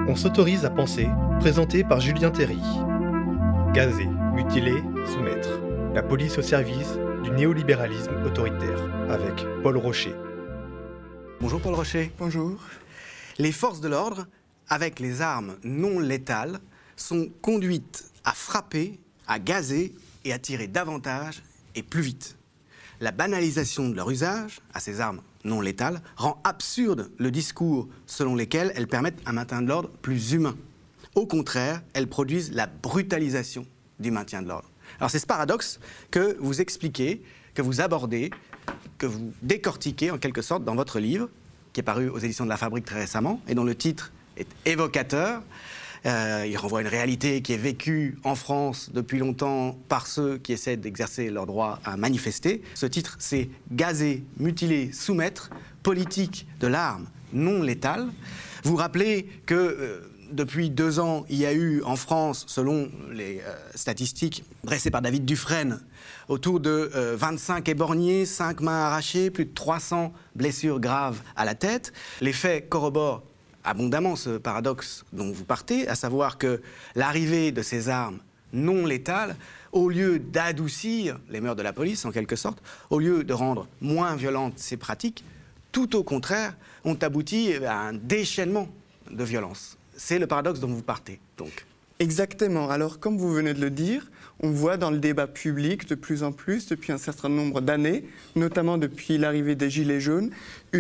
On s'autorise à penser, présenté par Julien Terry. Gazer, mutiler, soumettre. La police au service du néolibéralisme autoritaire, avec Paul Rocher. Bonjour Paul Rocher. Bonjour. Les forces de l'ordre, avec les armes non létales, sont conduites à frapper, à gazer et à tirer davantage et plus vite. La banalisation de leur usage à ces armes non létales rend absurde le discours selon lequel elles permettent un maintien de l'ordre plus humain. Au contraire, elles produisent la brutalisation du maintien de l'ordre. Alors c'est ce paradoxe que vous expliquez, que vous abordez, que vous décortiquez en quelque sorte dans votre livre, qui est paru aux éditions de La Fabrique très récemment, et dont le titre est évocateur. Il renvoie à une réalité qui est vécue en France depuis longtemps par ceux qui essaient d'exercer leur droit à manifester. Ce titre, c'est « Gazer, mutiler, soumettre, politique de l'arme non létale ». Vous rappelez que depuis 2 ans, il y a eu en France, selon les statistiques dressées par David Dufresne, autour de 25 éborgnés, 5 mains arrachées, plus de 300 blessures graves à la tête. Les faits corroborent abondamment ce paradoxe dont vous partez, à savoir que l'arrivée de ces armes non létales, au lieu d'adoucir les mœurs de la police, en quelque sorte, au lieu de rendre moins violentes ces pratiques, tout au contraire, ont abouti à un déchaînement de violence. C'est le paradoxe dont vous partez, donc. Exactement. Alors, comme vous venez de le dire, on voit dans le débat public de plus en plus, depuis un certain nombre d'années, notamment depuis l'arrivée des Gilets jaunes,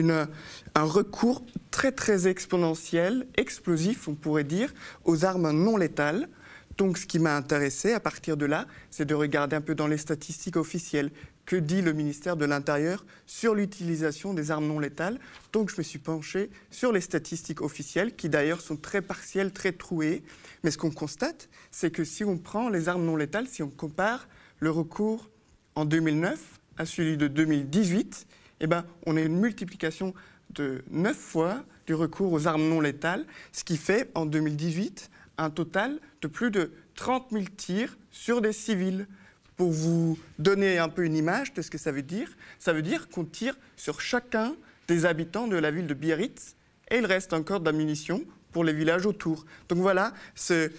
un recours très très exponentiel, explosif, on pourrait dire, aux armes non létales. Donc, ce qui m'a intéressé à partir de là, c'est de regarder un peu dans les statistiques officielles. Que dit le ministère de l'Intérieur sur l'utilisation des armes non létales? Donc je me suis penché sur les statistiques officielles, qui d'ailleurs sont très partielles, très trouées. Mais ce qu'on constate, c'est que si on prend les armes non létales, si on compare le recours en 2009 à celui de 2018, eh ben, on a une multiplication de 9 fois du recours aux armes non létales, ce qui fait en 2018 un total de plus de 30 000 tirs sur des civils. Pour vous donner un peu une image de ce que ça veut dire qu'on tire sur chacun des habitants de la ville de Biarritz et il reste encore de la munition pour les villages autour. Donc voilà, c'est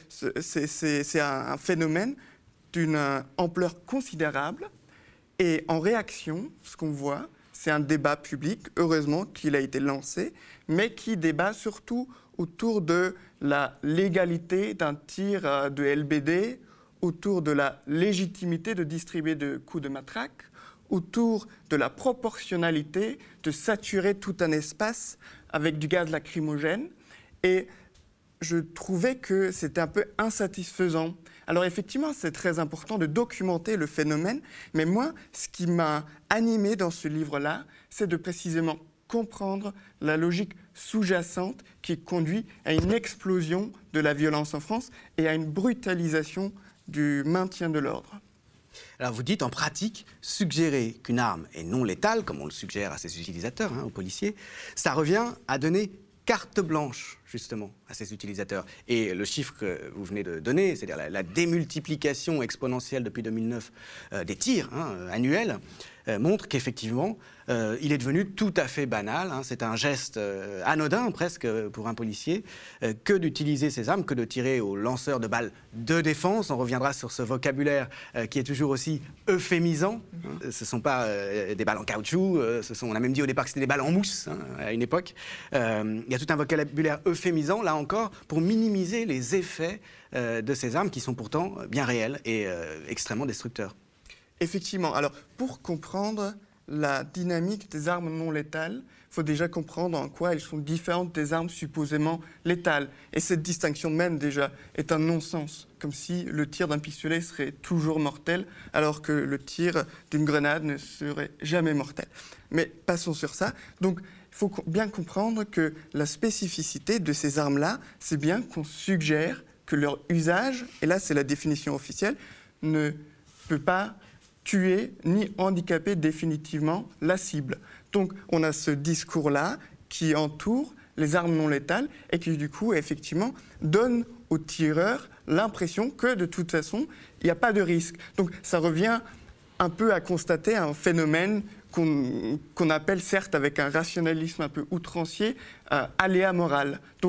un phénomène d'une ampleur considérable et en réaction, ce qu'on voit, c'est un débat public, heureusement qu'il a été lancé, mais qui débat surtout autour de la légalité d'un tir de LBD, autour de la légitimité de distribuer des coups de matraque, autour de la proportionnalité de saturer tout un espace avec du gaz lacrymogène. Et je trouvais que c'était un peu insatisfaisant. Alors effectivement, c'est très important de documenter le phénomène, mais moi, ce qui m'a animé dans ce livre-là, c'est de précisément comprendre la logique sous-jacente qui conduit à une explosion de la violence en France et à une brutalisation du maintien de l'ordre. Alors vous dites en pratique, suggérer qu'une arme est non létale, comme on le suggère à ses utilisateurs, aux policiers, ça revient à donner carte blanche, justement, à ces utilisateurs. Et le chiffre que vous venez de donner, c'est-à-dire la démultiplication exponentielle depuis 2009 des tirs annuels, montre qu'effectivement, il est devenu tout à fait banal. C'est un geste anodin, presque, pour un policier, que d'utiliser ces armes, que de tirer aux lanceurs de balles de défense. On reviendra sur ce vocabulaire qui est toujours aussi euphémisant. Ce ne sont pas des balles en caoutchouc, on a même dit au départ que c'était des balles en mousse, à une époque. Il y a tout un vocabulaire euphémisant, là encore, pour minimiser les effets de ces armes qui sont pourtant bien réels et extrêmement destructeurs. Effectivement. Alors, pour comprendre la dynamique des armes non létales, il faut déjà comprendre en quoi elles sont différentes des armes supposément létales. Et cette distinction même, déjà, est un non-sens. Comme si le tir d'un pistolet serait toujours mortel, alors que le tir d'une grenade ne serait jamais mortel. Mais passons sur ça. Donc, il faut bien comprendre que la spécificité de ces armes-là, c'est bien qu'on suggère que leur usage, et là c'est la définition officielle, ne peut pas tuer ni handicaper définitivement la cible. Donc on a ce discours-là qui entoure les armes non létales et qui du coup effectivement donne aux tireurs l'impression que de toute façon il n'y a pas de risque. Donc ça revient un peu à constater un phénomène qu'on appelle certes avec un rationalisme un peu outrancier aléa moral. Donc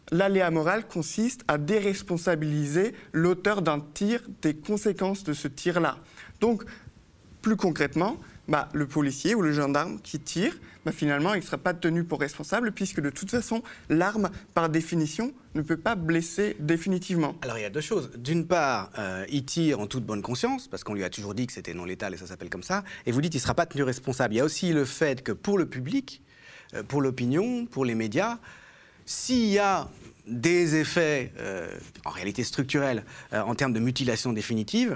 l'aléa moral consiste à déresponsabiliser l'auteur d'un tir des conséquences de ce tir-là. Donc, plus concrètement, le policier ou le gendarme qui tire, finalement, il ne sera pas tenu pour responsable puisque de toute façon, l'arme, par définition, ne peut pas blesser définitivement. Alors, il y a deux choses. D'une part, il tire en toute bonne conscience, parce qu'on lui a toujours dit que c'était non létal et ça s'appelle comme ça. Et vous dites qu'il ne sera pas tenu responsable. Il y a aussi le fait que pour le public, pour l'opinion, pour les médias, s'il y a des effets, en réalité structurels, en termes de mutilation définitive,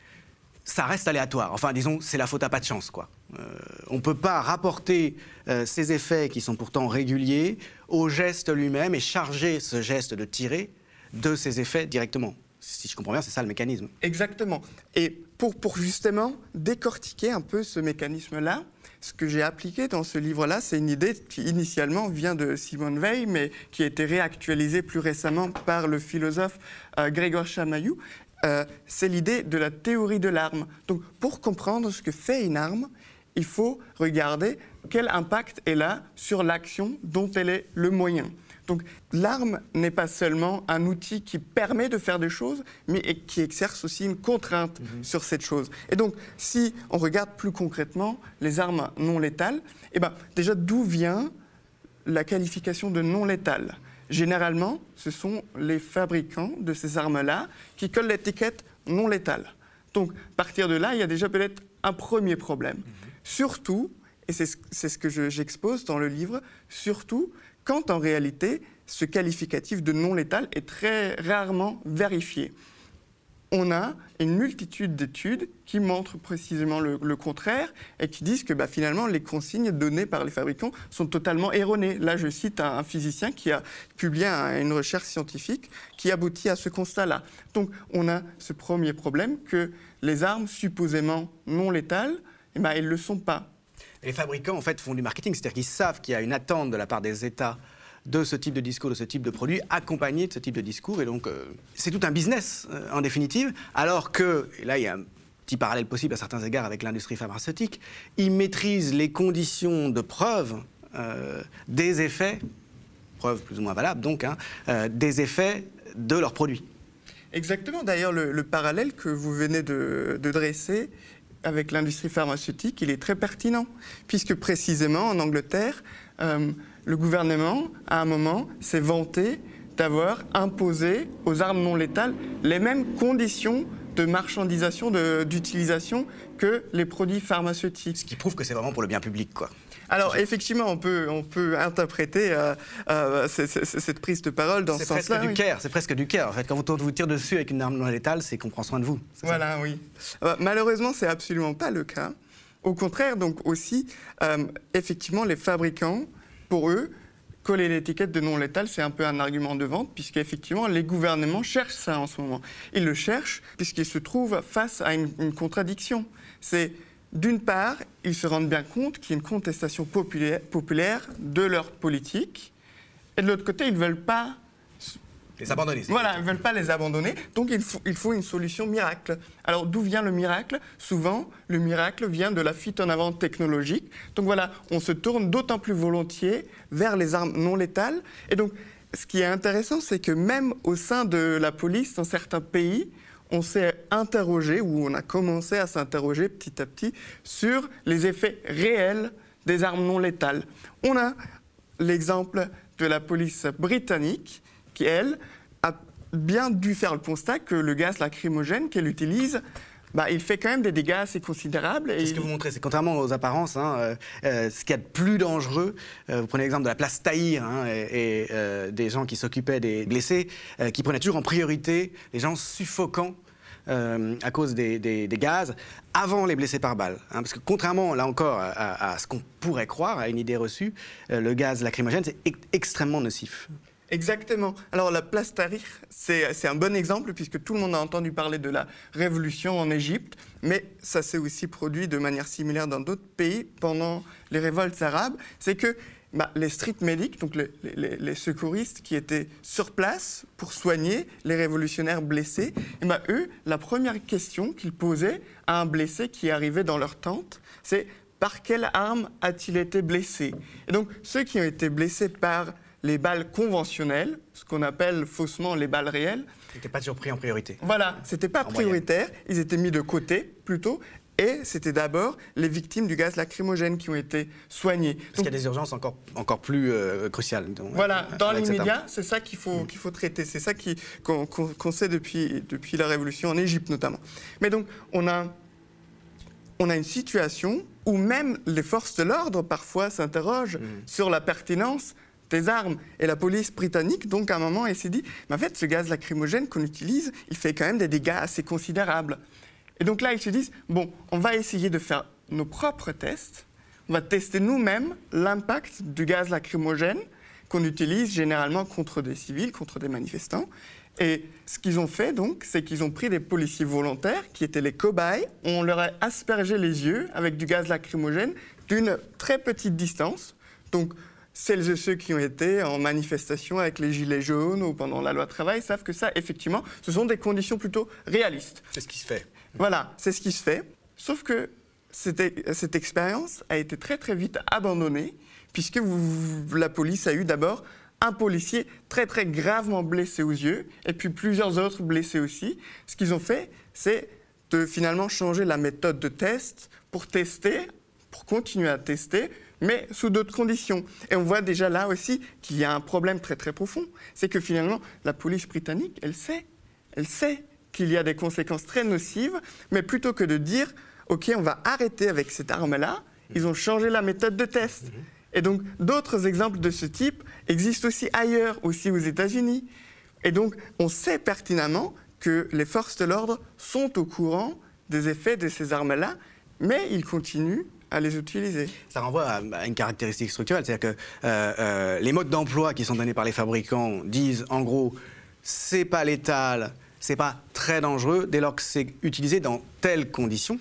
ça reste aléatoire. Enfin, disons, c'est la faute à pas de chance, quoi. On ne peut pas rapporter ces effets qui sont pourtant réguliers au geste lui-même et charger ce geste de tirer de ces effets directement. Si je comprends bien, c'est ça le mécanisme. Exactement. Et pour justement décortiquer un peu ce mécanisme-là, ce que j'ai appliqué dans ce livre-là, c'est une idée qui initialement vient de Simone Weil, mais qui a été réactualisée plus récemment par le philosophe Gregor Chamaillou. C'est l'idée de la théorie de l'arme. Donc, pour comprendre ce que fait une arme, il faut regarder quel impact elle a sur l'action dont elle est le moyen. Donc, l'arme n'est pas seulement un outil qui permet de faire des choses, mais qui exerce aussi une contrainte sur cette chose. Et donc, si on regarde plus concrètement les armes non létales, déjà, d'où vient la qualification de non létale ? Généralement, ce sont les fabricants de ces armes-là qui collent l'étiquette non létale. Donc, à partir de là, il y a déjà peut-être un premier problème. Surtout, et c'est ce que j'expose dans le livre, surtout quand en réalité, ce qualificatif de non létal est très rarement vérifié. On a une multitude d'études qui montrent précisément le contraire et qui disent que finalement, les consignes données par les fabricants sont totalement erronées. Là, je cite un physicien qui a publié une recherche scientifique qui aboutit à ce constat-là. Donc, on a ce premier problème que les armes supposément non létales, elles ne le sont pas. Les fabricants, en fait, font du marketing, c'est-à-dire qu'ils savent qu'il y a une attente de la part des États de ce type de discours, de ce type de produit, accompagné de ce type de discours. Et donc, c'est tout un business, en définitive. Alors que, et là, il y a un petit parallèle possible à certains égards avec l'industrie pharmaceutique, ils maîtrisent les conditions de preuve des effets, preuves plus ou moins valables donc, des effets de leurs produits. Exactement. D'ailleurs, le parallèle que vous venez de dresser avec l'industrie pharmaceutique, il est très pertinent, puisque précisément en Angleterre, le gouvernement, à un moment, s'est vanté d'avoir imposé aux armes non létales les mêmes conditions de marchandisation, d'utilisation que les produits pharmaceutiques. Ce qui prouve que c'est vraiment pour le bien public, quoi. Alors, effectivement, on peut interpréter cette prise de parole dans ce sens-là. C'est presque du care. En fait, quand on vous tire dessus avec une arme non létale, c'est qu'on prend soin de vous. Voilà, oui. Malheureusement, c'est absolument pas le cas. Au contraire, donc aussi, effectivement, les fabricants, pour eux, coller l'étiquette de non létal, c'est un peu un argument de vente, puisqu'effectivement, les gouvernements cherchent ça en ce moment. Ils le cherchent puisqu'ils se trouvent face à une contradiction. C'est, d'une part, ils se rendent bien compte qu'il y a une contestation populaire de leur politique, et de l'autre côté, ils ne veulent pas les abandonner. Voilà, ils ne veulent pas les abandonner, donc il faut une solution miracle. Alors d'où vient le miracle ? Souvent, le miracle vient de la fuite en avant technologique. Donc voilà, on se tourne d'autant plus volontiers vers les armes non létales. Et donc, ce qui est intéressant, c'est que même au sein de la police, dans certains pays, on s'est interrogé, ou on a commencé à s'interroger petit à petit, sur les effets réels des armes non létales. On a l'exemple de la police britannique, qui, elle, a bien dû faire le constat que le gaz lacrymogène qu'elle utilise, il fait quand même des dégâts assez considérables. C'est ce que vous montrez, c'est contrairement aux apparences, ce qu'il y a de plus dangereux, vous prenez l'exemple de la place Tahir et des gens qui s'occupaient des blessés, qui prenaient toujours en priorité les gens suffocants à cause des gaz, avant les blessés par balle. Parce que contrairement, là encore, à ce qu'on pourrait croire, à une idée reçue, le gaz lacrymogène, c'est extrêmement nocif. Exactement. Alors la place Tahrir, c'est un bon exemple puisque tout le monde a entendu parler de la révolution en Égypte, mais ça s'est aussi produit de manière similaire dans d'autres pays pendant les révoltes arabes. C'est que les street medics, donc les secouristes qui étaient sur place pour soigner les révolutionnaires blessés, eux, la première question qu'ils posaient à un blessé qui arrivait dans leur tente, c'est « Par quelle arme a-t-il été blessé ?» Et donc, ceux qui ont été blessés par les balles conventionnelles, ce qu'on appelle faussement les balles réelles. Ils n'étaient pas toujours pris en priorité. Voilà, c'était pas prioritaire, ils étaient mis de côté plutôt. Et c'était d'abord les victimes du gaz lacrymogène qui ont été soignées. Parce qu'il y a des urgences encore plus cruciales. Voilà, dans l'immédiat, c'est ça qu'il faut traiter. C'est ça qu'on sait depuis la Révolution en Égypte notamment. Mais donc, on a une situation où même les forces de l'ordre parfois s'interrogent sur la pertinence des armes. Et la police britannique, donc à un moment, elle s'est dit, mais en fait, ce gaz lacrymogène qu'on utilise, il fait quand même des dégâts assez considérables. Et donc là, ils se disent, bon, on va essayer de faire nos propres tests, on va tester nous-mêmes l'impact du gaz lacrymogène qu'on utilise généralement contre des civils, contre des manifestants. Et ce qu'ils ont fait, donc, c'est qu'ils ont pris des policiers volontaires, qui étaient les cobayes, on leur a aspergé les yeux avec du gaz lacrymogène d'une très petite distance. Donc, celles et ceux qui ont été en manifestation avec les Gilets jaunes ou pendant la loi travail savent que ça, effectivement, ce sont des conditions plutôt réalistes. C'est ce qui se fait. Voilà, c'est ce qui se fait. Sauf que cette expérience a été très très vite abandonnée, puisque la police a eu d'abord un policier très très gravement blessé aux yeux, et puis plusieurs autres blessés aussi. Ce qu'ils ont fait, c'est de finalement changer la méthode de test pour continuer à tester, mais sous d'autres conditions. Et on voit déjà là aussi qu'il y a un problème très très profond. C'est que finalement, la police britannique, elle sait qu'il y a des conséquences très nocives, mais plutôt que de dire « Ok, on va arrêter avec cette arme-là », ils ont changé la méthode de test. Et donc, d'autres exemples de ce type existent aussi ailleurs, aussi aux États-Unis. Et donc, on sait pertinemment que les forces de l'ordre sont au courant des effets de ces armes-là, mais ils continuent à les utiliser. Ça renvoie à une caractéristique structurelle, c'est-à-dire que les modes d'emploi qui sont donnés par les fabricants disent en gros c'est pas létal, c'est pas très dangereux dès lors que c'est utilisé dans telles conditions.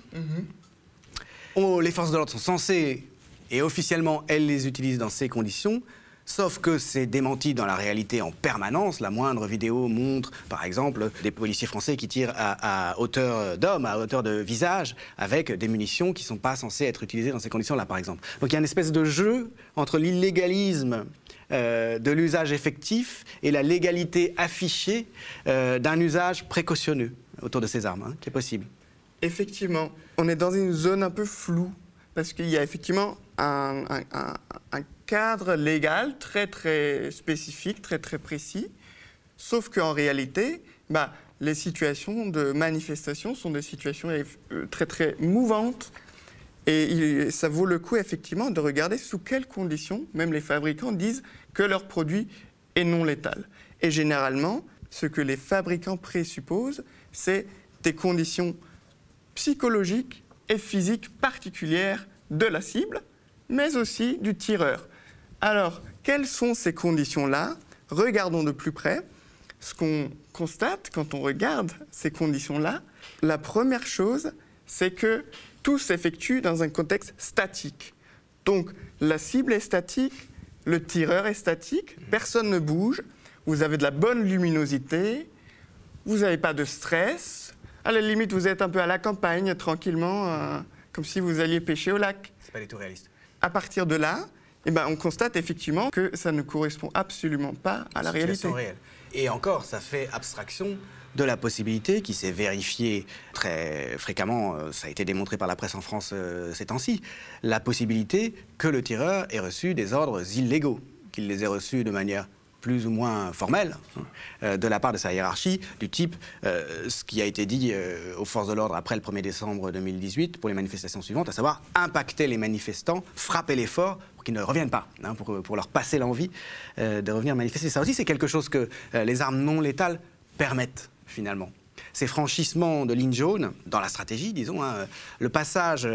Les forces de l'ordre sont censées, et officiellement elles les utilisent dans ces conditions, sauf que c'est démenti dans la réalité en permanence. La moindre vidéo montre, par exemple, des policiers français qui tirent à hauteur d'homme, à hauteur de visage, avec des munitions qui ne sont pas censées être utilisées dans ces conditions-là, par exemple. Donc il y a une espèce de jeu entre l'illégalisme de l'usage effectif et la légalité affichée d'un usage précautionneux autour de ces armes, qui est possible. Effectivement, on est dans une zone un peu floue, parce qu'il y a effectivement un cadre légal très très spécifique, très très précis, sauf qu'en réalité, les situations de manifestation sont des situations très très mouvantes, et ça vaut le coup effectivement de regarder sous quelles conditions, même les fabricants disent que leur produit est non létal. Et généralement, ce que les fabricants présupposent, c'est des conditions psychologiques et physiques particulières de la cible, mais aussi du tireur. Alors, quelles sont ces conditions-là ? Regardons de plus près. Ce qu'on constate quand on regarde ces conditions-là, la première chose, c'est que tout s'effectue dans un contexte statique. Donc, la cible est statique, le tireur est statique, personne ne bouge, vous avez de la bonne luminosité, vous n'avez pas de stress. À la limite, vous êtes un peu à la campagne, tranquillement, comme si vous alliez pêcher au lac. C'est pas du tout réaliste. À partir de là, on constate effectivement que ça ne correspond absolument pas à la réalité. Réelle. Et encore, ça fait abstraction de la possibilité, qui s'est vérifiée très fréquemment, ça a été démontré par la presse en France ces temps-ci, la possibilité que le tireur ait reçu des ordres illégaux, qu'il les ait reçus de manière plus ou moins formelle, de la part de sa hiérarchie, du type ce qui a été dit aux forces de l'ordre après le 1er décembre 2018 pour les manifestations suivantes, à savoir impacter les manifestants, frapper les forts pour qu'ils ne reviennent pas, pour leur passer l'envie de revenir manifester. Ça aussi, c'est quelque chose que les armes non létales permettent, finalement. Ces franchissements de ligne jaune, dans la stratégie, disons, le passage,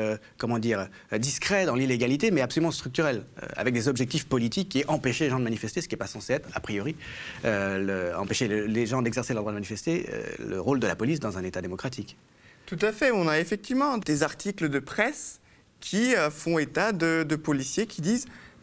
discret dans l'illégalité, mais absolument structurel, avec des objectifs politiques qui empêchaient les gens de manifester, ce qui n'est pas censé être, a priori, empêcher les gens d'exercer leur droit de manifester, le rôle de la police dans un État démocratique. Tout à fait, on a effectivement des articles de presse qui font état de policiers qui disent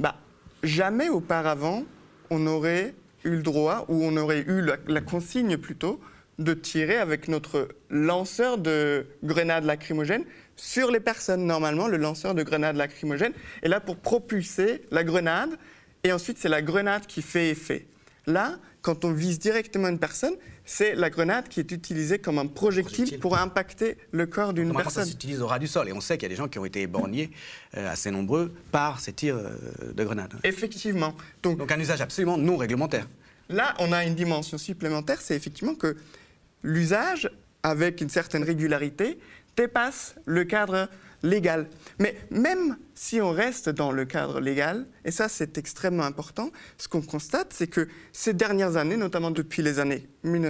jamais auparavant on n'aurait eu le droit, ou on aurait eu la consigne plutôt, de tirer avec notre lanceur de grenades lacrymogènes sur les personnes. Normalement, le lanceur de grenades lacrymogènes est là pour propulser la grenade et ensuite c'est la grenade qui fait effet. Là, quand on vise directement une personne, c'est la grenade qui est utilisée comme un projectile pour impacter le corps d'une personne. Ça s'utilise au ras du sol, et on sait qu'il y a des gens qui ont été éborgnés, assez nombreux, par ces tirs de grenade. Effectivement. Donc un usage absolument non réglementaire. Là, on a une dimension supplémentaire, c'est effectivement que l'usage, avec une certaine régularité, dépasse le cadre légal. Mais même si on reste dans le cadre légal, et ça c'est extrêmement important, ce qu'on constate, c'est que ces dernières années, notamment depuis les années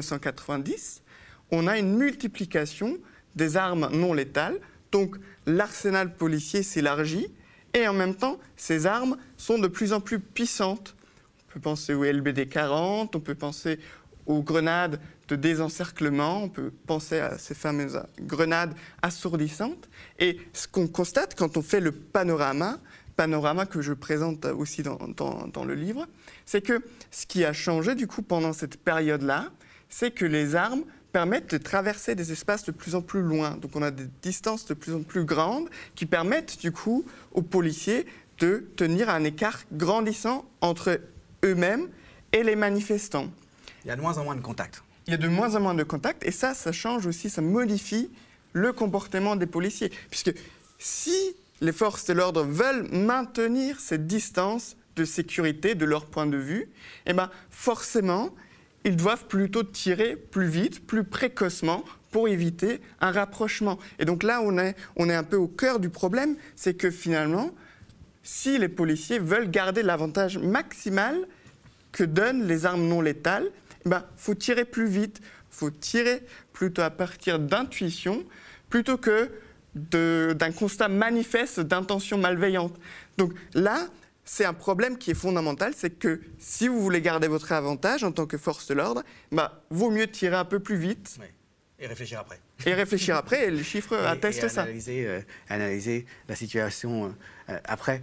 1990, on a une multiplication des armes non létales, donc l'arsenal policier s'élargit, et en même temps, ces armes sont de plus en plus puissantes. On peut penser au LBD 40, on peut penser aux grenades de désencerclement, on peut penser à ces fameuses grenades assourdissantes. Et ce qu'on constate quand on fait le panorama que je présente aussi dans le livre, c'est que ce qui a changé du coup pendant cette période-là, c'est que les armes permettent de traverser des espaces de plus en plus loin. Donc on a des distances de plus en plus grandes qui permettent du coup aux policiers de tenir un écart grandissant entre eux-mêmes et les manifestants. Il y a de moins en moins de contacts. Il y a de moins en moins de contacts et ça change aussi, ça modifie le comportement des policiers. Puisque si les forces de l'ordre veulent maintenir cette distance de sécurité de leur point de vue, eh ben forcément, ils doivent plutôt tirer plus vite, plus précocement pour éviter un rapprochement. Et donc là, on est un peu au cœur du problème, c'est que finalement, si les policiers veulent garder l'avantage maximal que donnent les armes non létales, faut tirer plus vite, faut tirer plutôt à partir d'intuition, plutôt que d'un constat manifeste d'intention malveillante. Donc là, c'est un problème qui est fondamental, c'est que si vous voulez garder votre avantage en tant que force de l'ordre, vaut mieux tirer un peu plus vite. Oui. Et réfléchir après. Et les chiffres attestent ça. Analyser la situation après.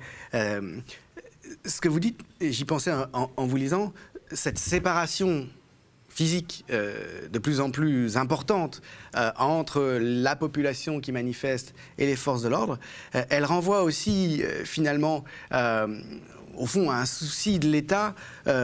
Ce que vous dites, et j'y pensais en vous lisant, cette séparation physique de plus en plus importante entre la population qui manifeste et les forces de l'ordre, elle renvoie aussi finalement au fond à un souci de l'État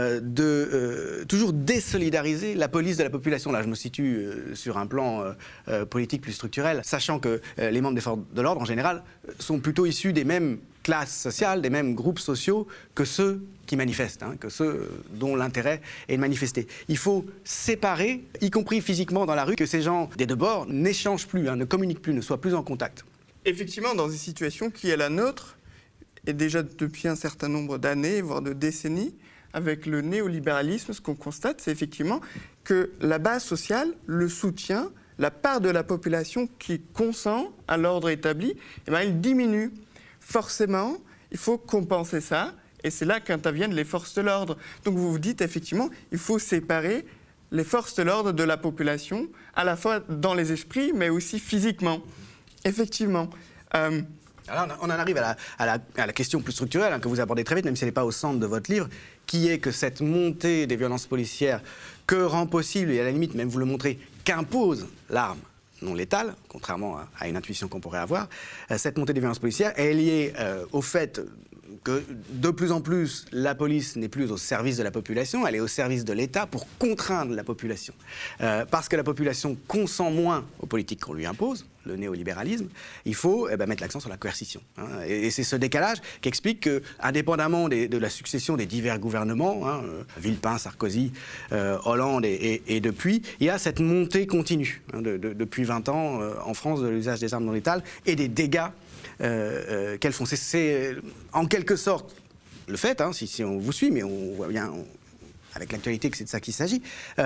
de toujours désolidariser la police de la population. Là, je me situe sur un plan politique plus structurel, sachant que les membres des forces de l'ordre, en général, sont plutôt issus des mêmes classes sociales, des mêmes groupes sociaux que ceux qui manifestent, que ceux dont l'intérêt est de manifester. Il faut séparer, y compris physiquement dans la rue, que ces gens des deux bords n'échangent plus, ne communiquent plus, ne soient plus en contact. Effectivement, dans une situation qui est la nôtre, et déjà depuis un certain nombre d'années, voire de décennies, avec le néolibéralisme, ce qu'on constate, c'est effectivement que la base sociale, le soutien, la part de la population qui consent à l'ordre établi, il diminue. Forcément, il faut compenser ça, et c'est là qu'interviennent les forces de l'ordre. Donc vous vous dites effectivement, il faut séparer les forces de l'ordre de la population, à la fois dans les esprits, mais aussi physiquement. Effectivement. Alors on en arrive à la question plus structurelle que vous abordez très vite, même si elle n'est pas au centre de votre livre, qui est que cette montée des violences policières que rend possible, et à la limite même vous le montrez, qu'impose l'arme non létale, contrairement à une intuition qu'on pourrait avoir, cette montée des violences policières est liée au fait que de plus en plus la police n'est plus au service de la population, elle est au service de l'État pour contraindre la population. Parce que la population consent moins aux politiques qu'on lui impose, le néolibéralisme, il faut mettre l'accent sur la coercition. Et c'est ce décalage qui explique que, indépendamment de la succession des divers gouvernements, Villepin, Sarkozy, Hollande et depuis, il y a cette montée continue depuis 20 ans en France de l'usage des armes non létales et des dégâts qu'elles font. C'est en quelque sorte le fait, si on vous suit, mais on voit bien avec l'actualité que c'est de ça qu'il s'agit,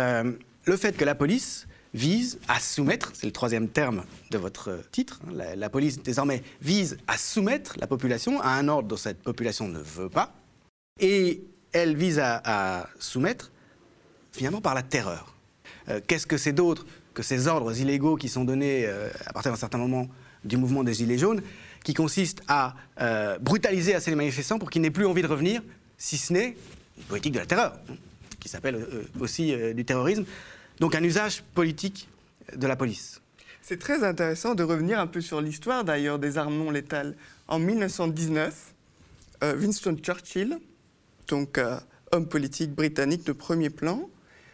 le fait que la police vise à soumettre, c'est le troisième terme de votre titre, la police désormais vise à soumettre la population à un ordre dont cette population ne veut pas, et elle vise à soumettre finalement par la terreur. Qu'est-ce que c'est d'autre que ces ordres illégaux qui sont donnés à partir d'un certain moment du mouvement des Gilets jaunes, qui consiste à brutaliser assez les manifestants pour qu'ils n'aient plus envie de revenir, si ce n'est une politique de la terreur, qui s'appelle aussi du terrorisme. Donc un usage politique de la police. C'est très intéressant de revenir un peu sur l'histoire d'ailleurs des armes non létales. En 1919, Winston Churchill donc homme politique britannique de premier plan,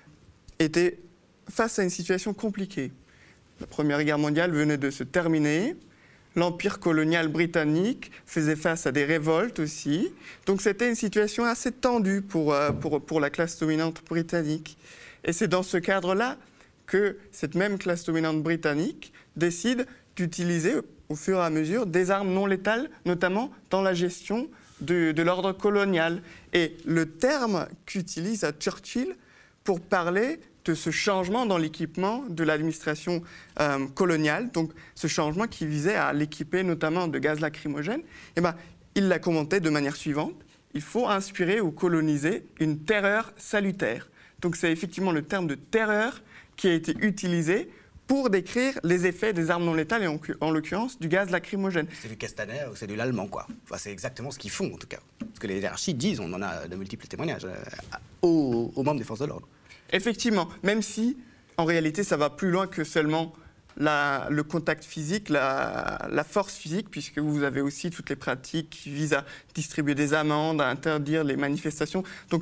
était face à une situation compliquée. La Première Guerre mondiale venait de se terminer. L'empire colonial britannique faisait face à des révoltes aussi. Donc c'était une situation assez tendue pour la classe dominante britannique. Et c'est dans ce cadre-là que cette même classe dominante britannique décide d'utiliser au fur et à mesure des armes non létales, notamment dans la gestion de l'ordre colonial. Et le terme qu'utilise Churchill pour parler de ce changement dans l'équipement de l'administration coloniale, donc ce changement qui visait à l'équiper notamment de gaz lacrymogène, il l'a commenté de manière suivante: il faut inspirer ou coloniser une terreur salutaire. Donc c'est effectivement le terme de terreur qui a été utilisé pour décrire les effets des armes non létales, et en l'occurrence du gaz lacrymogène. C'est du castaner ou c'est de l'allemand, quoi. Enfin, c'est exactement ce qu'ils font, en tout cas. Ce que les hiérarchies disent, on en a de multiples témoignages aux membres des forces de l'ordre. Effectivement, même si, en réalité, ça va plus loin que seulement le contact physique, la force physique, puisque vous avez aussi toutes les pratiques qui visent à distribuer des amendes, à interdire les manifestations. Donc,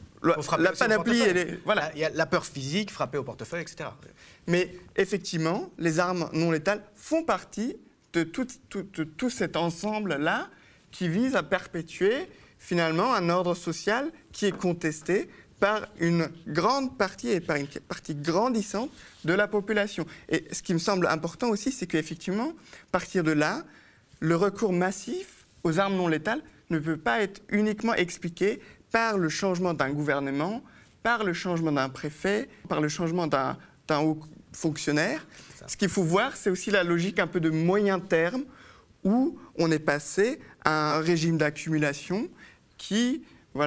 la panoplie, voilà. Il y a la peur physique, frapper au portefeuille, etc. Mais effectivement, les armes non létales font partie de tout cet ensemble-là qui vise à perpétuer finalement un ordre social qui est contesté par une grande partie et par une partie grandissante de la population. Et ce qui me semble important aussi, c'est qu'effectivement, à partir de là, le recours massif aux armes non létales ne peut pas être uniquement expliqué par le changement d'un gouvernement, par le changement d'un préfet, par le changement d'un haut fonctionnaire. Ce qu'il faut voir, c'est aussi la logique un peu de moyen terme, où on est passé à un régime d'accumulation qui,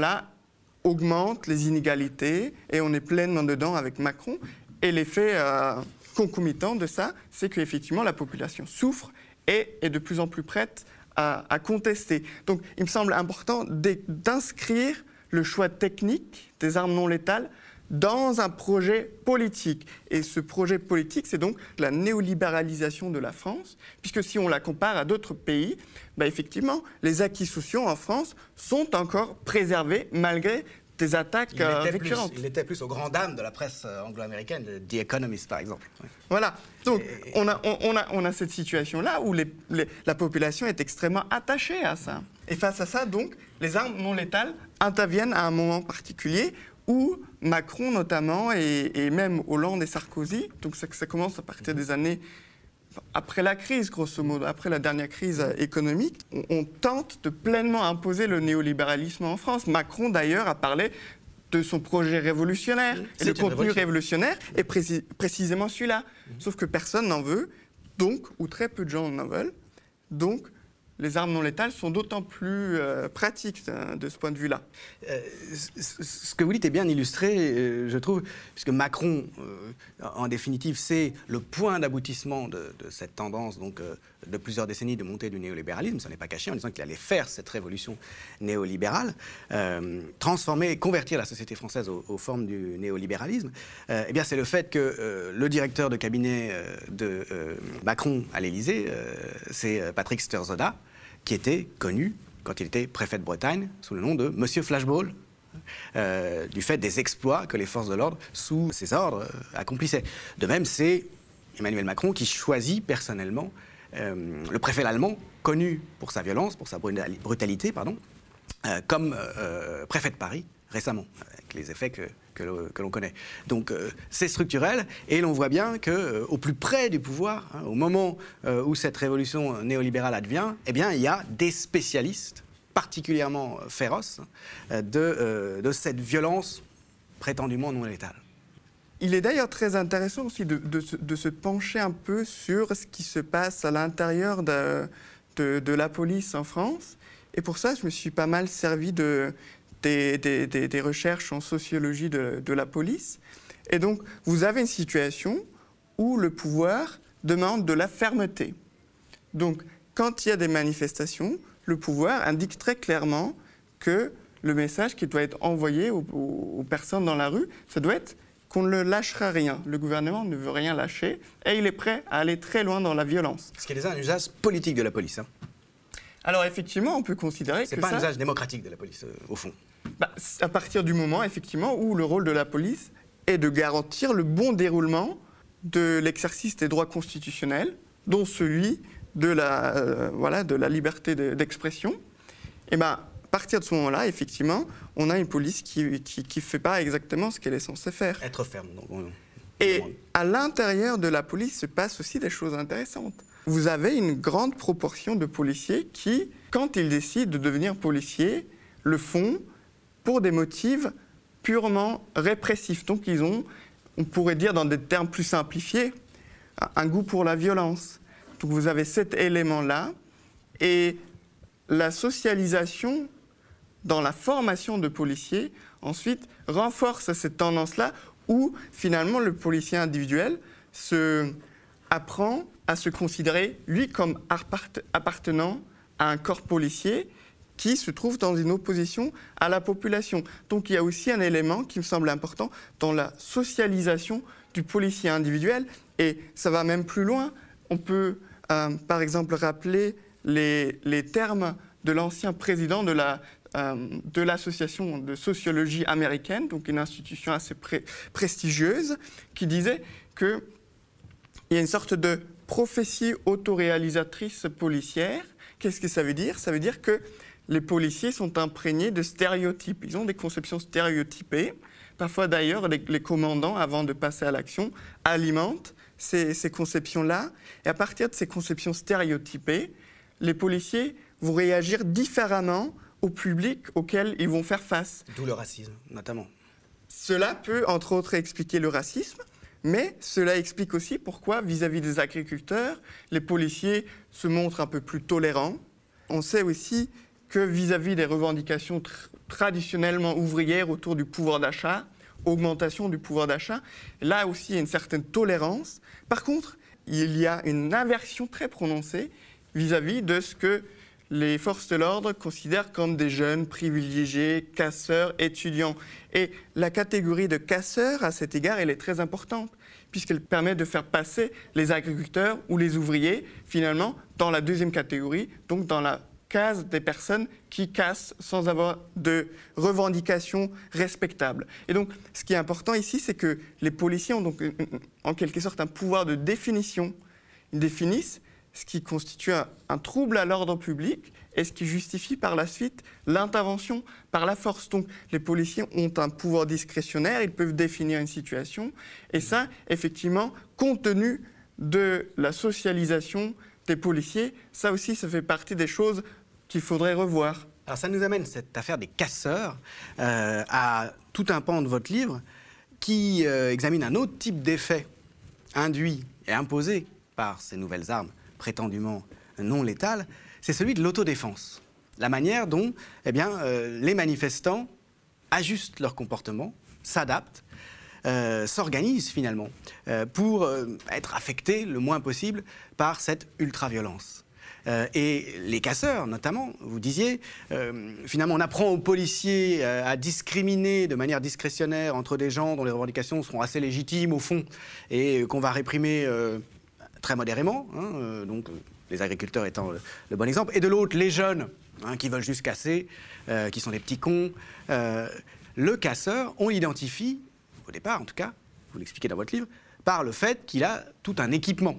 augmente les inégalités, et on est pleinement dedans avec Macron. Et l'effet concomitant de ça, c'est qu'effectivement la population souffre et est de plus en plus prête à contester. Donc il me semble important d'inscrire le choix technique des armes non létales dans un projet politique. Et ce projet politique, c'est donc la néolibéralisation de la France, puisque si on la compare à d'autres pays, effectivement, les acquis sociaux en France sont encore préservés malgré des attaques récurrentes. Il était plus aux grandes dames de la presse anglo-américaine, de The Economist par exemple. Ouais. Voilà, donc on a cette situation-là où la population est extrêmement attachée à ça. Et face à ça, donc, les armes non létales interviennent à un moment particulier où Macron notamment, et même Hollande et Sarkozy, donc ça commence à partir des années après la crise, grosso modo, après la dernière crise économique, on tente de pleinement imposer le néolibéralisme en France. Macron, d'ailleurs, a parlé de son projet révolutionnaire. Et le contenu révolutionnaire est précisément celui-là. Sauf que personne n'en veut, donc, ou très peu de gens n'en veulent. Donc, les armes non létales sont d'autant plus pratiques de ce point de vue-là. Ce que vous dites est bien illustré, je trouve, puisque Macron, en définitive, c'est le point d'aboutissement de cette tendance donc, de plusieurs décennies de montée du néolibéralisme. Ça n'est pas caché en disant qu'il allait faire cette révolution néolibérale, transformer et convertir la société française aux formes du néolibéralisme. Eh bien, c'est le fait que le directeur de cabinet de Macron à l'Élysée, c'est Patrick Sturzoda, qui était connu, quand il était préfet de Bretagne, sous le nom de Monsieur Flashball, du fait des exploits que les forces de l'ordre, sous ses ordres, accomplissaient. De même, c'est Emmanuel Macron qui choisit personnellement le préfet allemand, connu pour sa violence, pour sa brutalité, comme préfet de Paris récemment, avec les effets que l'on connaît. Donc c'est structurel, et l'on voit bien qu'au plus près du pouvoir, au moment où cette révolution néolibérale advient, eh bien, il y a des spécialistes particulièrement féroces de cette violence prétendument non létale. Il est d'ailleurs très intéressant aussi de se pencher un peu sur ce qui se passe à l'intérieur de la police en France. Et pour ça, je me suis pas mal servi des recherches en sociologie de la police. Et donc, vous avez une situation où le pouvoir demande de la fermeté. Donc, quand il y a des manifestations, le pouvoir indique très clairement que le message qui doit être envoyé aux personnes dans la rue, ça doit être qu'on ne lâchera rien. Le gouvernement ne veut rien lâcher et il est prêt à aller très loin dans la violence. Parce qu'il y a un usage politique de la police. Alors effectivement, on peut considérer que c'est pas un usage démocratique de la police, au fond. À partir du moment, effectivement, où le rôle de la police est de garantir le bon déroulement de l'exercice des droits constitutionnels, dont celui de la liberté d'expression. Et à partir de ce moment-là, effectivement, on a une police qui ne fait pas exactement ce qu'elle est censée faire. Être ferme. Donc, et à l'intérieur de la police se passent aussi des choses intéressantes. Vous avez une grande proportion de policiers qui, quand ils décident de devenir policiers, le font pour des motifs purement répressifs. Donc ils ont, on pourrait dire dans des termes plus simplifiés, un goût pour la violence. Donc vous avez cet élément-là, et la socialisation dans la formation de policiers, ensuite, renforce cette tendance-là où, finalement, le policier individuel apprend à se considérer, lui, comme appartenant à un corps policier qui se trouve dans une opposition à la population. Donc il y a aussi un élément qui me semble important dans la socialisation du policier individuel, et ça va même plus loin. On peut, par exemple, rappeler les termes de l'ancien président de l'association de sociologie américaine, donc une institution assez prestigieuse, qui disait qu'il y a une sorte de prophétie autoréalisatrice policière. Qu'est-ce que ça veut dire ? Ça veut dire que les policiers sont imprégnés de stéréotypes. Ils ont des conceptions stéréotypées. Parfois, d'ailleurs, les commandants, avant de passer à l'action, alimentent ces conceptions-là. Et à partir de ces conceptions stéréotypées, les policiers vont réagir différemment au public auquel ils vont faire face. D'où le racisme, notamment. Cela peut, entre autres, expliquer le racisme, mais cela explique aussi pourquoi, vis-à-vis des agriculteurs, les policiers se montrent un peu plus tolérants. On sait aussi que vis-à-vis des revendications traditionnellement ouvrières autour du pouvoir d'achat, augmentation du pouvoir d'achat, là aussi il y a une certaine tolérance. Par contre, il y a une aversion très prononcée vis-à-vis de ce que les forces de l'ordre considèrent comme des jeunes privilégiés, casseurs, étudiants. Et la catégorie de casseurs, à cet égard, elle est très importante, puisqu'elle permet de faire passer les agriculteurs ou les ouvriers, finalement, dans la deuxième catégorie, donc dans la case des personnes qui cassent sans avoir de revendications respectables. Et donc, ce qui est important ici, c'est que les policiers ont donc, en quelque sorte, un pouvoir de définition. Ils définissent ce qui constitue un trouble à l'ordre public et ce qui justifie par la suite l'intervention par la force. Donc les policiers ont un pouvoir discrétionnaire, ils peuvent définir une situation, et ça, effectivement, compte tenu de la socialisation des policiers, ça aussi, ça fait partie des choses qu'il faudrait revoir. Alors ça nous amène, cette affaire des casseurs, à tout un pan de votre livre qui examine un autre type d'effet induit et imposé par ces nouvelles armes prétendument non létales, c'est celui de l'autodéfense. La manière dont les manifestants ajustent leur comportement, s'adaptent, s'organisent finalement pour être affectés le moins possible par cette ultra-violence. Et les casseurs, notamment, vous disiez, finalement, on apprend aux policiers à discriminer de manière discrétionnaire entre des gens dont les revendications seront assez légitimes au fond et qu'on va réprimer très modérément, donc les agriculteurs étant le bon exemple, et de l'autre, les jeunes qui veulent juste casser, qui sont des petits cons. Le casseur, on l'identifie, au départ en tout cas, vous l'expliquez dans votre livre, par le fait qu'il a tout un équipement.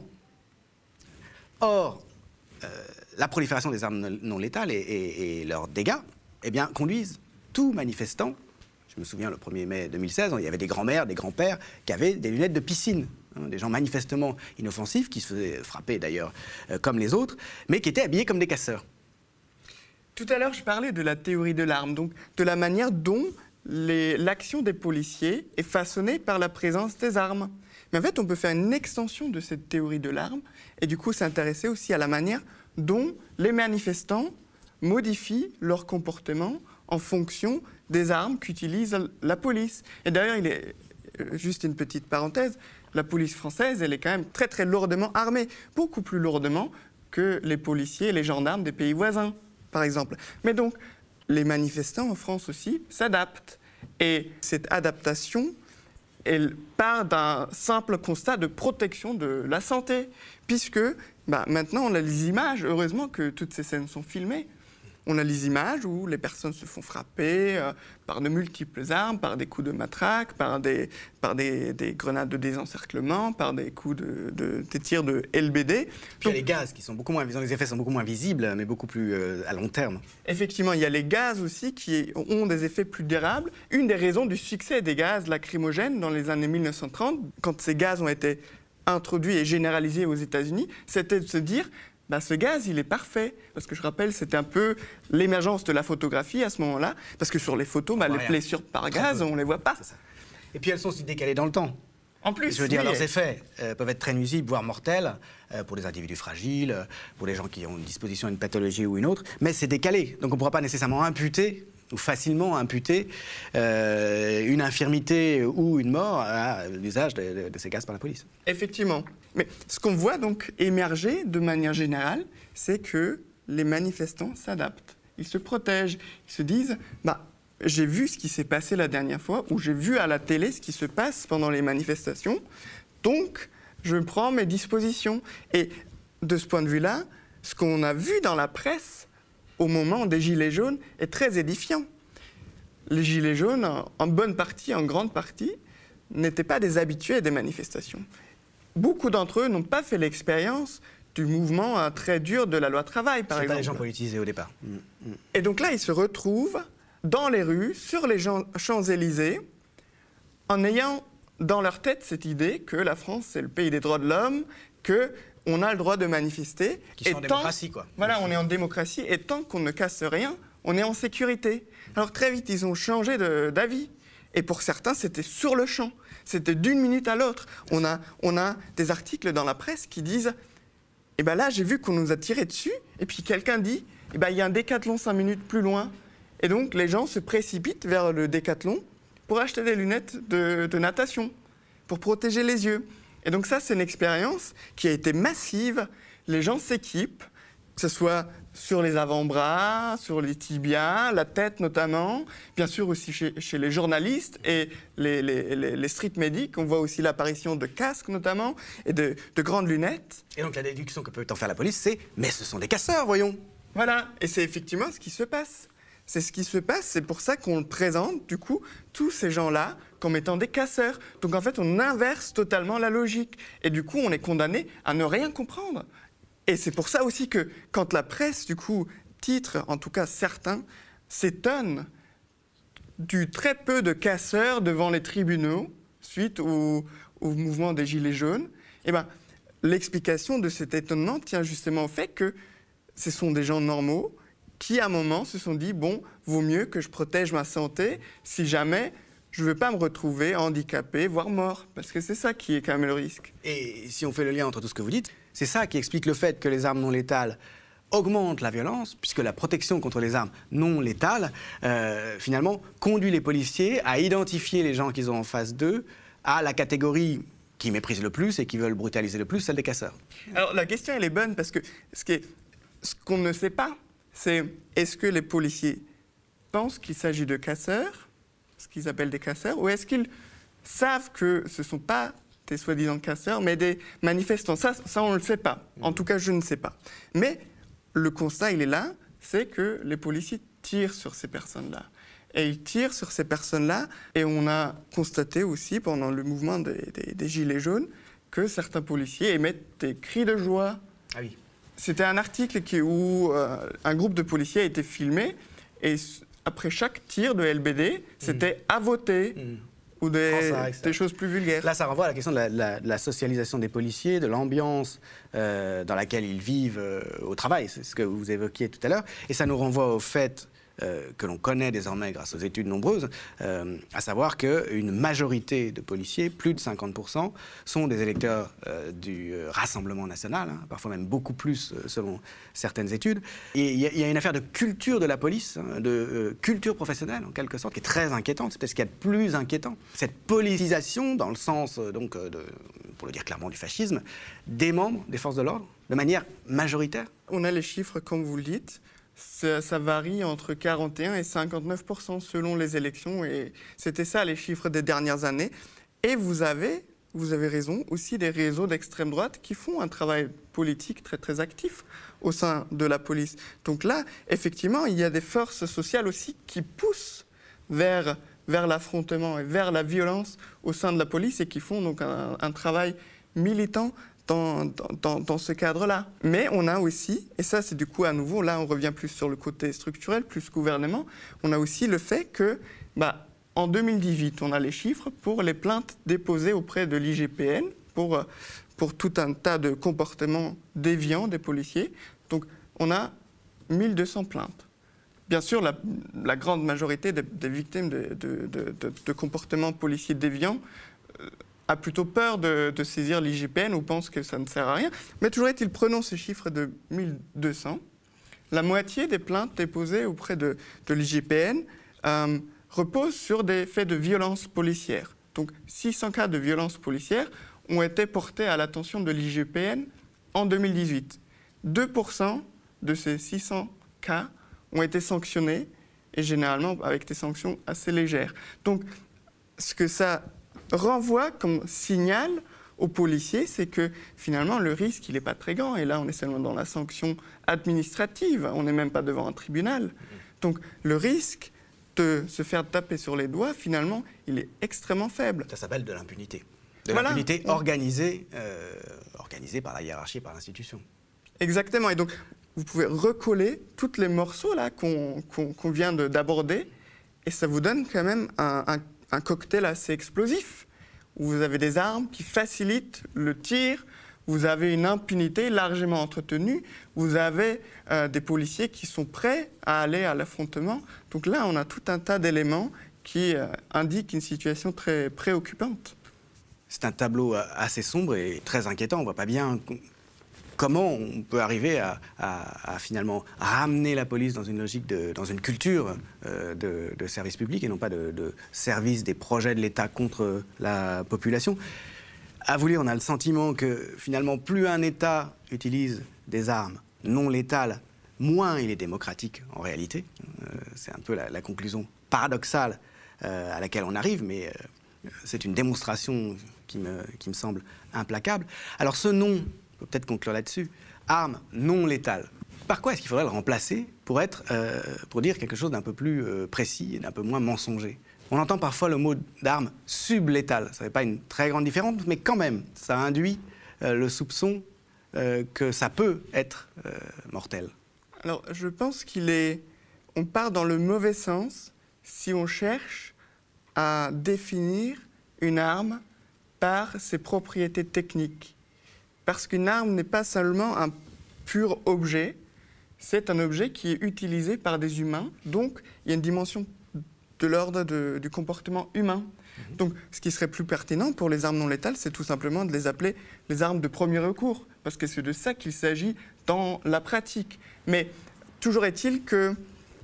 Or, la prolifération des armes non létales et leurs dégâts conduisent tout manifestant. Je me souviens, le 1er mai 2016, il y avait des grands-mères, des grands-pères qui avaient des lunettes de piscine. Des gens manifestement inoffensifs, qui se faisaient frapper d'ailleurs comme les autres, mais qui étaient habillés comme des casseurs. Tout à l'heure, je parlais de la théorie de l'arme, donc de la manière dont l'action des policiers est façonnée par la présence des armes. Mais en fait, on peut faire une extension de cette théorie de l'arme et du coup s'intéresser aussi à la manière dont les manifestants modifient leur comportement en fonction des armes qu'utilise la police. Et d'ailleurs, il est juste une petite parenthèse, la police française, elle est quand même très très lourdement armée, beaucoup plus lourdement que les policiers et les gendarmes des pays voisins, par exemple. Mais donc, les manifestants en France aussi s'adaptent. Et cette adaptation, elle part d'un simple constat de protection de la santé, puisque maintenant on a les images, heureusement que toutes ces scènes sont filmées, On a les images où les personnes se font frapper par de multiples armes, par des coups de matraque, par des grenades de désencerclement, par des coups des tirs de LBD. Puis il y a les gaz qui sont beaucoup moins, les effets sont beaucoup moins visibles, mais beaucoup plus à long terme. Effectivement, il y a les gaz aussi qui ont des effets plus durables. Une des raisons du succès des gaz lacrymogènes dans les années 1930, quand ces gaz ont été introduits et généralisés aux États-Unis, c'était de se dire ce gaz, il est parfait. Parce que je rappelle, c'était un peu l'émergence de la photographie à ce moment-là. Parce que sur les photos, les blessures par gaz, on ne les voit pas. Et puis elles sont aussi décalées dans le temps. En plus, je veux dire, leurs effets peuvent être très nuisibles, voire mortels, pour des individus fragiles, pour les gens qui ont une disposition à une pathologie ou une autre. Mais c'est décalé. Donc on ne pourra pas nécessairement imputer ou facilement imputer une infirmité ou une mort à l'usage de ces gaz par la police. Effectivement. Mais ce qu'on voit donc émerger de manière générale, c'est que les manifestants s'adaptent. Ils se protègent. Ils se disent j'ai vu ce qui s'est passé la dernière fois, ou j'ai vu à la télé ce qui se passe pendant les manifestations, donc je prends mes dispositions. Et de ce point de vue-là, ce qu'on a vu dans la presse au moment des Gilets jaunes est très édifiant. Les Gilets jaunes, en bonne partie, en grande partie, n'étaient pas des habitués des manifestations. Beaucoup d'entre eux n'ont pas fait l'expérience du mouvement très dur de la loi travail, par exemple. C'est pas les gens politisés au départ. Et donc là, ils se retrouvent dans les rues, sur les Champs-Élysées, en ayant dans leur tête cette idée que la France, c'est le pays des droits de l'homme, qu'on a le droit de manifester. Qui sont en démocratie, quoi. Voilà, on est en démocratie, et tant qu'on ne casse rien, on est en sécurité. Alors très vite, ils ont changé d'avis. Et pour certains, c'était sur le champ. C'était d'une minute à l'autre. On a des articles dans la presse qui disent « là, j'ai vu qu'on nous a tiré dessus. » Et puis quelqu'un dit « il y a un décathlon 5 minutes plus loin. » Et donc, les gens se précipitent vers le décathlon pour acheter des lunettes de natation, pour protéger les yeux. Et donc ça, c'est une expérience qui a été massive. Les gens s'équipent, que ce soit sur les avant-bras, sur les tibias, la tête notamment, bien sûr aussi chez les journalistes et les street medics. On voit aussi l'apparition de casques notamment et de grandes lunettes. Et donc la déduction que peut en faire la police, c'est « mais ce sont des casseurs, voyons !» Voilà, et c'est effectivement ce qui se passe. C'est ce qui se passe, c'est pour ça qu'on présente, du coup, tous ces gens-là comme étant des casseurs. Donc en fait, on inverse totalement la logique. Et du coup, on est condamné à ne rien comprendre. Et c'est pour ça aussi que quand la presse, du coup, titre, en tout cas certains, s'étonnent du très peu de casseurs devant les tribunaux suite au mouvement des Gilets jaunes, l'explication de cet étonnement tient justement au fait que ce sont des gens normaux qui, à un moment, se sont dit « bon, vaut mieux que je protège ma santé si jamais je ne veux pas me retrouver handicapé, voire mort. » Parce que c'est ça qui est quand même le risque. Et si on fait le lien entre tout ce que vous dites, c'est ça qui explique le fait que les armes non létales augmentent la violence, puisque la protection contre les armes non létales, finalement, conduit les policiers à identifier les gens qu'ils ont en face d'eux à la catégorie qui méprise le plus et qui veulent brutaliser le plus, celle des casseurs. Alors, la question, elle est bonne, parce que ce qu'on ne sait pas, c'est est-ce que les policiers pensent qu'il s'agit de casseurs, ce qu'ils appellent des casseurs, ou est-ce qu'ils savent que ce ne sont pas des soi-disant casseurs, mais des manifestants. Ça, on ne le sait pas. En tout cas, je ne sais pas. Mais le constat, il est là, c'est que les policiers tirent sur ces personnes-là. Et ils tirent sur ces personnes-là, et on a constaté aussi, pendant le mouvement des Gilets jaunes, que certains policiers émettent des cris de joie. Ah oui. C'était un article où un groupe de policiers a été filmé, et après chaque tir de LBD, c'était à voter. Ou des choses plus vulgaires. Là, ça renvoie à la question de la socialisation des policiers, de l'ambiance dans laquelle ils vivent au travail. C'est ce que vous évoquiez tout à l'heure. Et ça nous renvoie au fait que l'on connaît désormais grâce aux études nombreuses, à savoir qu'une majorité de policiers, plus de 50%, sont des électeurs du Rassemblement national, hein, parfois même beaucoup plus selon certaines études. Et il y a une affaire de culture de la police, hein, de culture professionnelle en quelque sorte, qui est très inquiétante. C'est peut-être ce qu'il y a de plus inquiétant. Cette politisation, dans le sens, pour le dire clairement, du fascisme, des membres des forces de l'ordre, de manière majoritaire. On a les chiffres, comme vous le dites. Ça varie entre 41 et 59% selon les élections. Et c'était ça, les chiffres des dernières années. Et vous avez vous avez raison, aussi des réseaux d'extrême droite qui font un travail politique très très actif au sein de la police. Donc là, effectivement, il y a des forces sociales aussi qui poussent vers l'affrontement et vers la violence au sein de la police et qui font donc un travail militant dans ce cadre-là. Mais on a aussi, et ça c'est du coup à nouveau, là on revient plus sur le côté structurel, plus gouvernement, on a aussi le fait que, en 2018, on a les chiffres pour les plaintes déposées auprès de l'IGPN pour tout un tas de comportements déviants des policiers. Donc on a 1200 plaintes. Bien sûr, la grande majorité des victimes de comportements policiers déviants a plutôt peur de saisir l'IGPN ou pense que ça ne sert à rien. Mais toujours est-il, prenons ces chiffres de 1200. La moitié des plaintes déposées auprès de l'IGPN reposent sur des faits de violence policière. Donc 600 cas de violence policière ont été portés à l'attention de l'IGPN en 2018. 2% de ces 600 cas ont été sanctionnés, et généralement avec des sanctions assez légères. Donc, ce que ça renvoie comme signal aux policiers, c'est que finalement, le risque, il n'est pas très grand. Et là, on est seulement dans la sanction administrative, on n'est même pas devant un tribunal. Donc, le risque de se faire taper sur les doigts, finalement, il est extrêmement faible. Ça s'appelle de l'impunité. L'impunité organisée par la hiérarchie, par l'institution. Exactement. Et donc, vous pouvez recoller tous les morceaux là qu'on vient d'aborder et ça vous donne quand même un cocktail assez explosif où vous avez des armes qui facilitent le tir, vous avez une impunité largement entretenue, vous avez des policiers qui sont prêts à aller à l'affrontement. Donc là, on a tout un tas d'éléments qui indiquent une situation très préoccupante. C'est un tableau assez sombre et très inquiétant. On ne voit pas bien comment on peut arriver à finalement ramener la police dans une logique, dans une culture de service public et non pas de service des projets de l'État contre la population. À vous lire, on a le sentiment que finalement, plus un État utilise des armes non létales, moins il est démocratique en réalité. C'est un peu la conclusion paradoxale à laquelle on arrive, mais c'est une démonstration qui me semble implacable. Alors ce nom, on peut peut-être conclure là-dessus, arme non létale. Par quoi est-ce qu'il faudrait le remplacer pour dire quelque chose d'un peu plus précis et d'un peu moins mensonger? On entend parfois le mot d'arme sublétale. Ça n'est pas une très grande différence, mais quand même, ça induit le soupçon que ça peut être mortel. Alors, je pense on part dans le mauvais sens si on cherche à définir une arme par ses propriétés techniques. Parce qu'une arme n'est pas seulement un pur objet, c'est un objet qui est utilisé par des humains, donc il y a une dimension de l'ordre du comportement humain. Donc ce qui serait plus pertinent pour les armes non létales, c'est tout simplement de les appeler les armes de premier recours, parce que c'est de ça qu'il s'agit dans la pratique. Mais toujours est-il que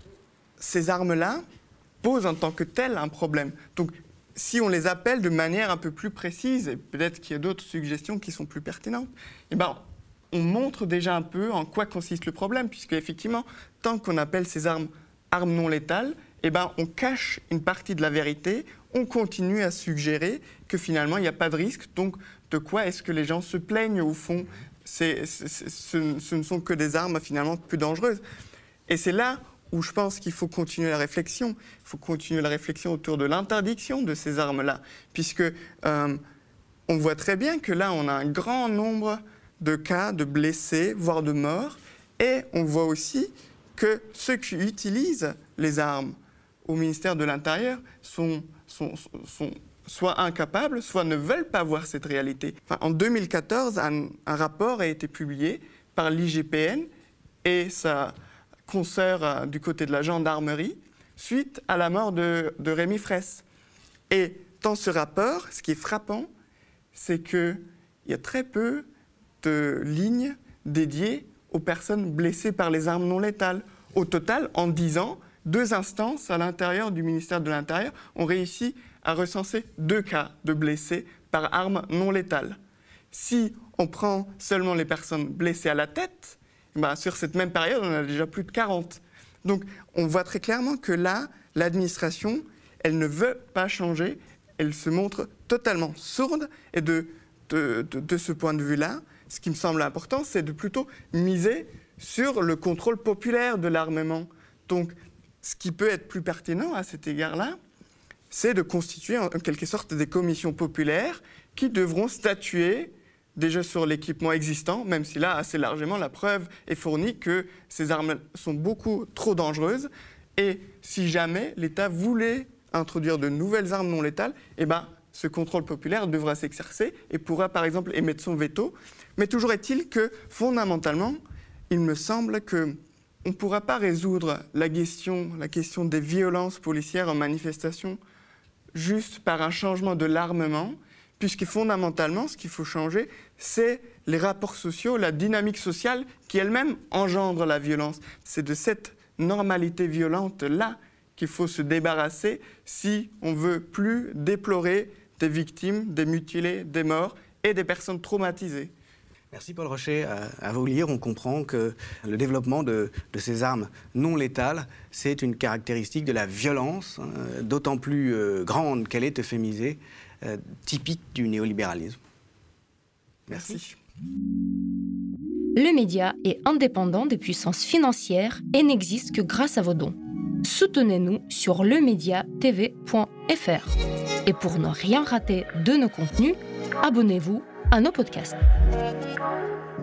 ces armes-là posent en tant que telles un problème. Donc si on les appelle de manière un peu plus précise, et peut-être qu'il y a d'autres suggestions qui sont plus pertinentes, eh ben, on montre déjà un peu en quoi consiste le problème, puisque effectivement, tant qu'on appelle ces armes non létales, eh ben, on cache une partie de la vérité, on continue à suggérer que finalement, il n'y a pas de risque, donc de quoi est-ce que les gens se plaignent au fond? Ce ne sont que des armes finalement plus dangereuses. Et c'est là où je pense qu'il faut continuer la réflexion. Il faut continuer la réflexion autour de l'interdiction de ces armes-là, puisque on voit très bien que là, on a un grand nombre de cas de blessés, voire de morts, et on voit aussi que ceux qui utilisent les armes au ministère de l'Intérieur sont soit incapables, soit ne veulent pas voir cette réalité. Enfin, en 2014, un rapport a été publié par l'IGPN et sa consoeur du côté de la gendarmerie suite à la mort de Rémi Fraisse. Et dans ce rapport, ce qui est frappant, c'est qu'il y a très peu de lignes dédiées aux personnes blessées par les armes non létales. Au total, en 10 ans, 2 instances à l'intérieur du ministère de l'Intérieur ont réussi à recenser 2 cas de blessés par armes non létales. Si on prend seulement les personnes blessées à la tête, ben sur cette même période, on a déjà plus de 40. Donc, on voit très clairement que là, l'administration, elle ne veut pas changer, elle se montre totalement sourde. Et de ce point de vue-là, ce qui me semble important, c'est de plutôt miser sur le contrôle populaire de l'armement. Donc, ce qui peut être plus pertinent à cet égard-là, c'est de constituer en quelque sorte des commissions populaires qui devront statuer déjà sur l'équipement existant, même si là, assez largement, la preuve est fournie que ces armes sont beaucoup trop dangereuses. Et si jamais l'État voulait introduire de nouvelles armes non létales, ce contrôle populaire devra s'exercer et pourra, par exemple, émettre son veto. Mais toujours est-il que, fondamentalement, il me semble qu'on ne pourra pas résoudre la question des violences policières en manifestation juste par un changement de l'armement, puisque fondamentalement, ce qu'il faut changer, c'est les rapports sociaux, la dynamique sociale qui elle-même engendre la violence. C'est de cette normalité violente-là qu'il faut se débarrasser si on veut plus déplorer des victimes, des mutilés, des morts et des personnes traumatisées. Merci Paul Rocher. À vous lire, on comprend que le développement de ces armes non létales, c'est une caractéristique de la violence, d'autant plus grande qu'elle est euphémisée, typique du néolibéralisme. Merci. Le média est indépendant des puissances financières et n'existe que grâce à vos dons. Soutenez-nous sur lemediatv.fr. Et pour ne rien rater de nos contenus, abonnez-vous à nos podcasts.